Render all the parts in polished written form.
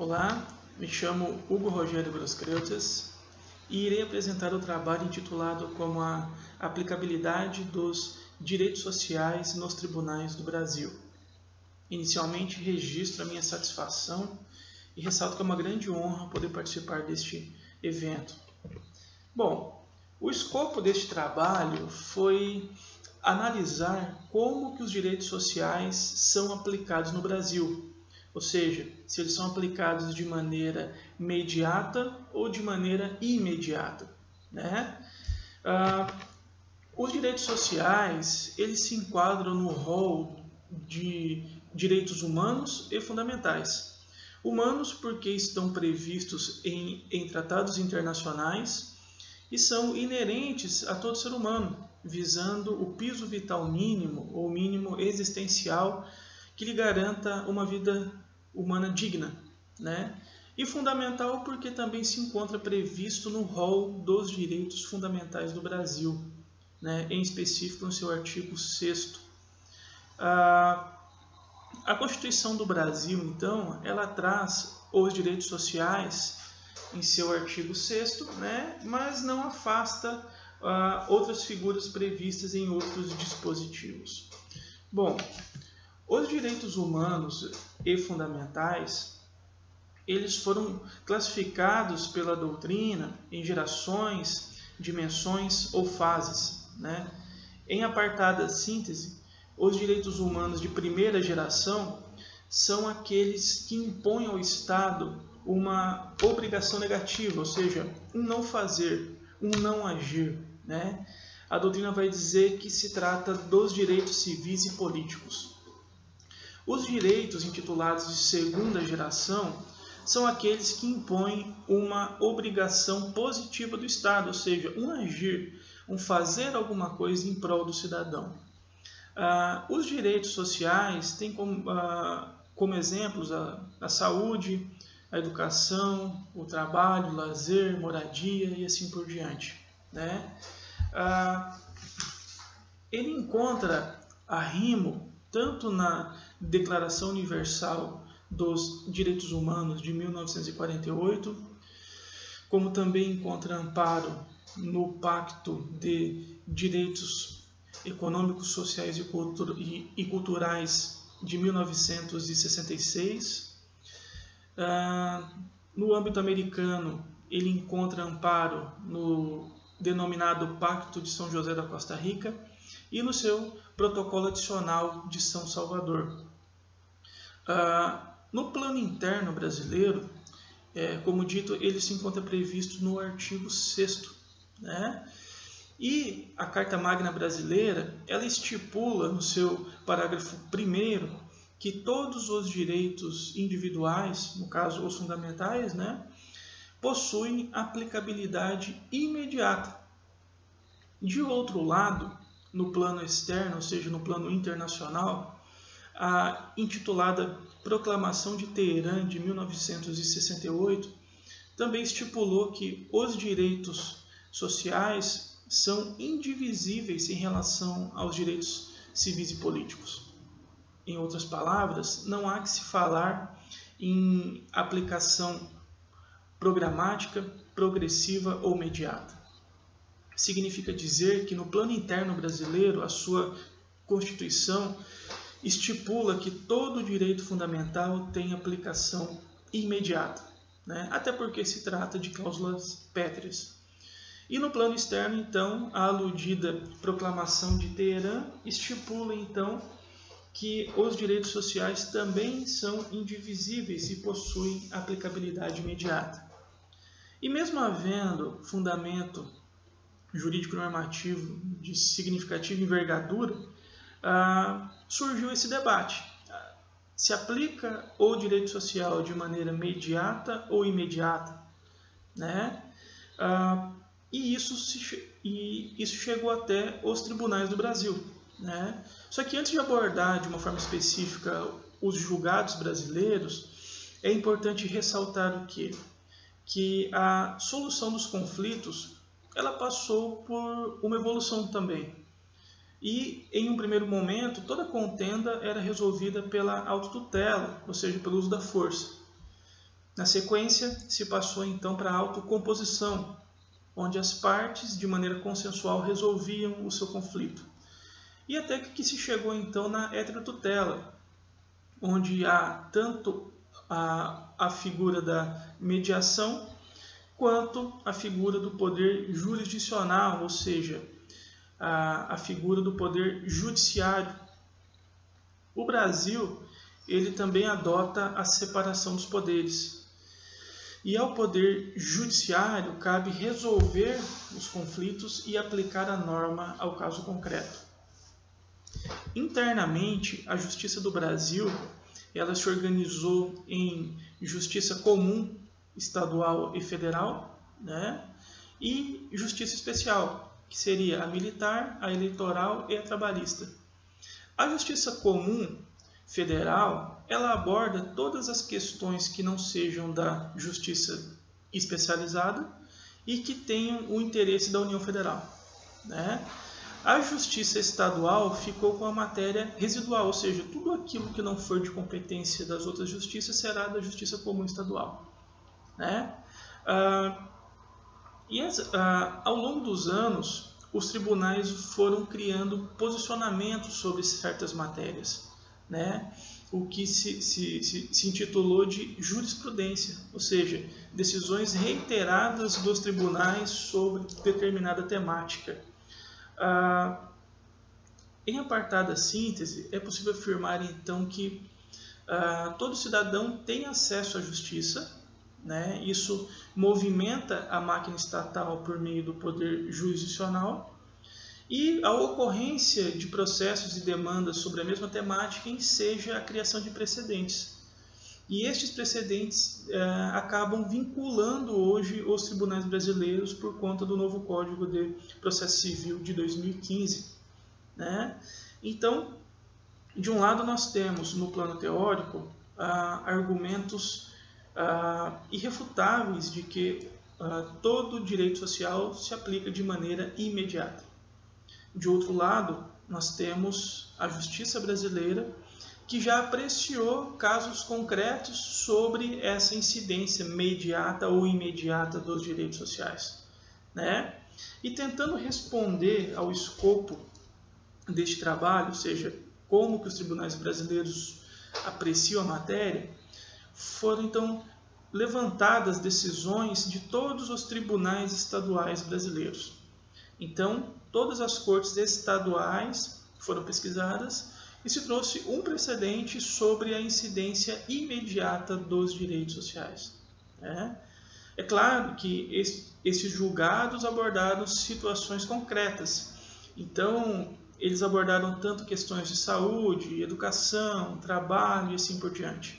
Olá, me chamo Hugo Rogério Groscreutz e irei apresentar o trabalho intitulado como a aplicabilidade dos direitos sociais nos tribunais do Brasil. Inicialmente, registro a minha satisfação e ressalto que é uma grande honra poder participar deste evento. Bom, o escopo deste trabalho foi analisar como que os direitos sociais são aplicados no Brasil, ou seja, se eles são aplicados de maneira imediata ou de maneira imediata, né? Os direitos sociais, eles se enquadram no rol de direitos humanos e fundamentais. Humanos porque estão previstos em tratados internacionais e são inerentes a todo ser humano, visando o piso vital mínimo ou mínimo existencial que lhe garanta uma vida humana digna, né? E fundamental porque também se encontra previsto no rol dos direitos fundamentais do Brasil, né? Em específico no seu artigo 6º. A Constituição do Brasil, então, ela traz os direitos sociais em seu artigo 6º, né? Mas não afasta outras figuras previstas em outros dispositivos. Bom, os direitos humanos e fundamentais, eles foram classificados pela doutrina em gerações, dimensões ou fases, né? Em apartada síntese, os direitos humanos de primeira geração são aqueles que impõem ao Estado uma obrigação negativa, ou seja, um não fazer, um não agir, né? A doutrina vai dizer que se trata dos direitos civis e políticos. Os direitos intitulados de segunda geração são aqueles que impõem uma obrigação positiva do Estado, ou seja, um agir, um fazer alguma coisa em prol do cidadão. Os direitos sociais têm como exemplos a saúde, a educação, o trabalho, o lazer, moradia e assim por diante, né? Ele encontra arrimo tanto na Declaração Universal dos Direitos Humanos de 1948, como também encontra amparo no Pacto de Direitos Econômicos, Sociais e Culturais de 1966. No âmbito americano, ele encontra amparo no denominado Pacto de São José da Costa Rica e no seu Protocolo Adicional de São Salvador. No plano interno brasileiro, como dito, ele se encontra previsto no artigo 6º, né? E a Carta Magna Brasileira, ela estipula no seu parágrafo 1º que todos os direitos individuais, no caso os fundamentais, né, possuem aplicabilidade imediata. De outro lado, no plano externo, ou seja, no plano internacional, a intitulada Proclamação de Teherã de 1968 também estipulou que os direitos sociais são indivisíveis em relação aos direitos civis e políticos. Em outras palavras, não há que se falar em aplicação programática, progressiva ou imediata. Significa dizer que no plano interno brasileiro, a sua Constituição estipula que todo direito fundamental tem aplicação imediata, né? Até porque se trata de cláusulas pétreas. E no plano externo, então, a aludida Proclamação de Teherã estipula, então, que os direitos sociais também são indivisíveis e possuem aplicabilidade imediata. E mesmo havendo fundamento jurídico normativo de significativa envergadura, surgiu esse debate. Se aplica o direito social de maneira imediata ou imediata, né? E isso chegou até os tribunais do Brasil, né? Só que antes de abordar de uma forma específica os julgados brasileiros, é importante ressaltar o quê? Que a solução dos conflitos ela passou por uma evolução também. E, em um primeiro momento, toda contenda era resolvida pela autotutela, ou seja, pelo uso da força. Na sequência, se passou então para a autocomposição, onde as partes, de maneira consensual, resolviam o seu conflito. E até que se chegou então na heterotutela, onde há tanto a figura da mediação quanto a figura do poder jurisdicional, ou seja, a figura do poder judiciário. O Brasil, ele também adota a separação dos poderes. E ao poder judiciário cabe resolver os conflitos e aplicar a norma ao caso concreto. Internamente, a Justiça do Brasil, ela se organizou em justiça comum, estadual e federal, né? E justiça especial, que seria a militar, a eleitoral e a trabalhista. A justiça comum federal, ela aborda todas as questões que não sejam da justiça especializada e que tenham o interesse da União Federal, né? A justiça estadual ficou com a matéria residual, ou seja, tudo aquilo que não for de competência das outras justiças será da justiça comum estadual, né? Ao longo dos anos, os tribunais foram criando posicionamentos sobre certas matérias, né? O que se intitulou de jurisprudência, ou seja, decisões reiteradas dos tribunais sobre determinada temática. Em apartada síntese, é possível afirmar então que todo cidadão tem acesso à justiça, né? Isso movimenta a máquina estatal por meio do poder jurisdicional, e a ocorrência de processos e demandas sobre a mesma temática enseja a criação de precedentes. E estes precedentes acabam vinculando hoje os tribunais brasileiros por conta do novo Código de Processo Civil de 2015. Né? Então, de um lado nós temos no plano teórico argumentos irrefutáveis de que todo direito social se aplica de maneira imediata. De outro lado, nós temos a justiça brasileira, que já apreciou casos concretos sobre essa incidência mediata ou imediata dos direitos sociais, né? E tentando responder ao escopo deste trabalho, ou seja, como que os tribunais brasileiros apreciam a matéria, foram então levantadas decisões de todos os tribunais estaduais brasileiros. Então, todas as cortes estaduais foram pesquisadas e se trouxe um precedente sobre a incidência imediata dos direitos sociais. É claro que esses julgados abordaram situações concretas. Então, eles abordaram tanto questões de saúde, educação, trabalho e assim por diante.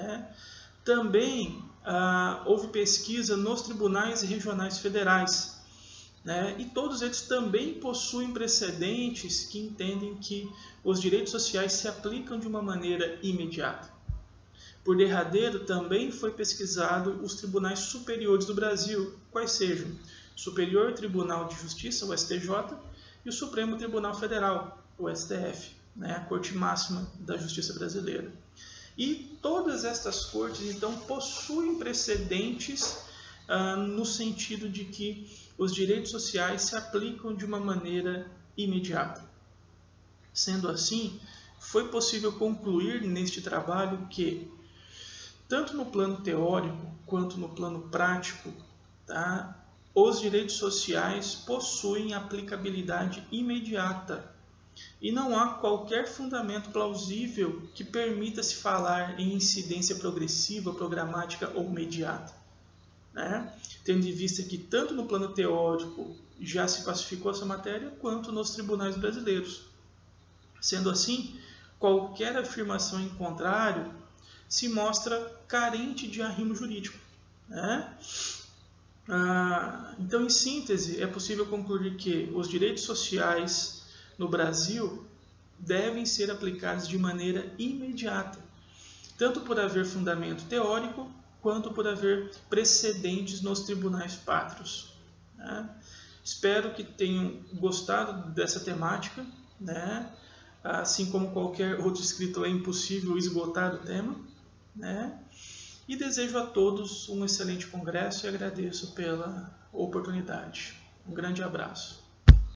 Também houve pesquisa nos tribunais regionais federais, e todos eles também possuem precedentes que entendem que os direitos sociais se aplicam de uma maneira imediata. Por derradeiro, também foi pesquisado os tribunais superiores do Brasil, quais sejam o Superior Tribunal de Justiça, o STJ, e o Supremo Tribunal Federal, o STF, a Corte Máxima da Justiça Brasileira. E todas estas cortes, então, possuem precedentes no sentido de que os direitos sociais se aplicam de uma maneira imediata. Sendo assim, foi possível concluir neste trabalho que, tanto no plano teórico quanto no plano prático, os direitos sociais possuem aplicabilidade imediata e não há qualquer fundamento plausível que permita se falar em incidência progressiva, programática ou imediata. Tendo em vista que tanto no plano teórico já se pacificou essa matéria, quanto nos tribunais brasileiros. Sendo assim, qualquer afirmação em contrário se mostra carente de arrimo jurídico. Então, em síntese, é possível concluir que os direitos sociais no Brasil devem ser aplicados de maneira imediata, tanto por haver fundamento teórico, quanto por haver precedentes nos tribunais pátrios. Espero que tenham gostado dessa temática. Assim como qualquer outro escritor, é impossível esgotar o tema. E desejo a todos um excelente congresso e agradeço pela oportunidade. Um grande abraço.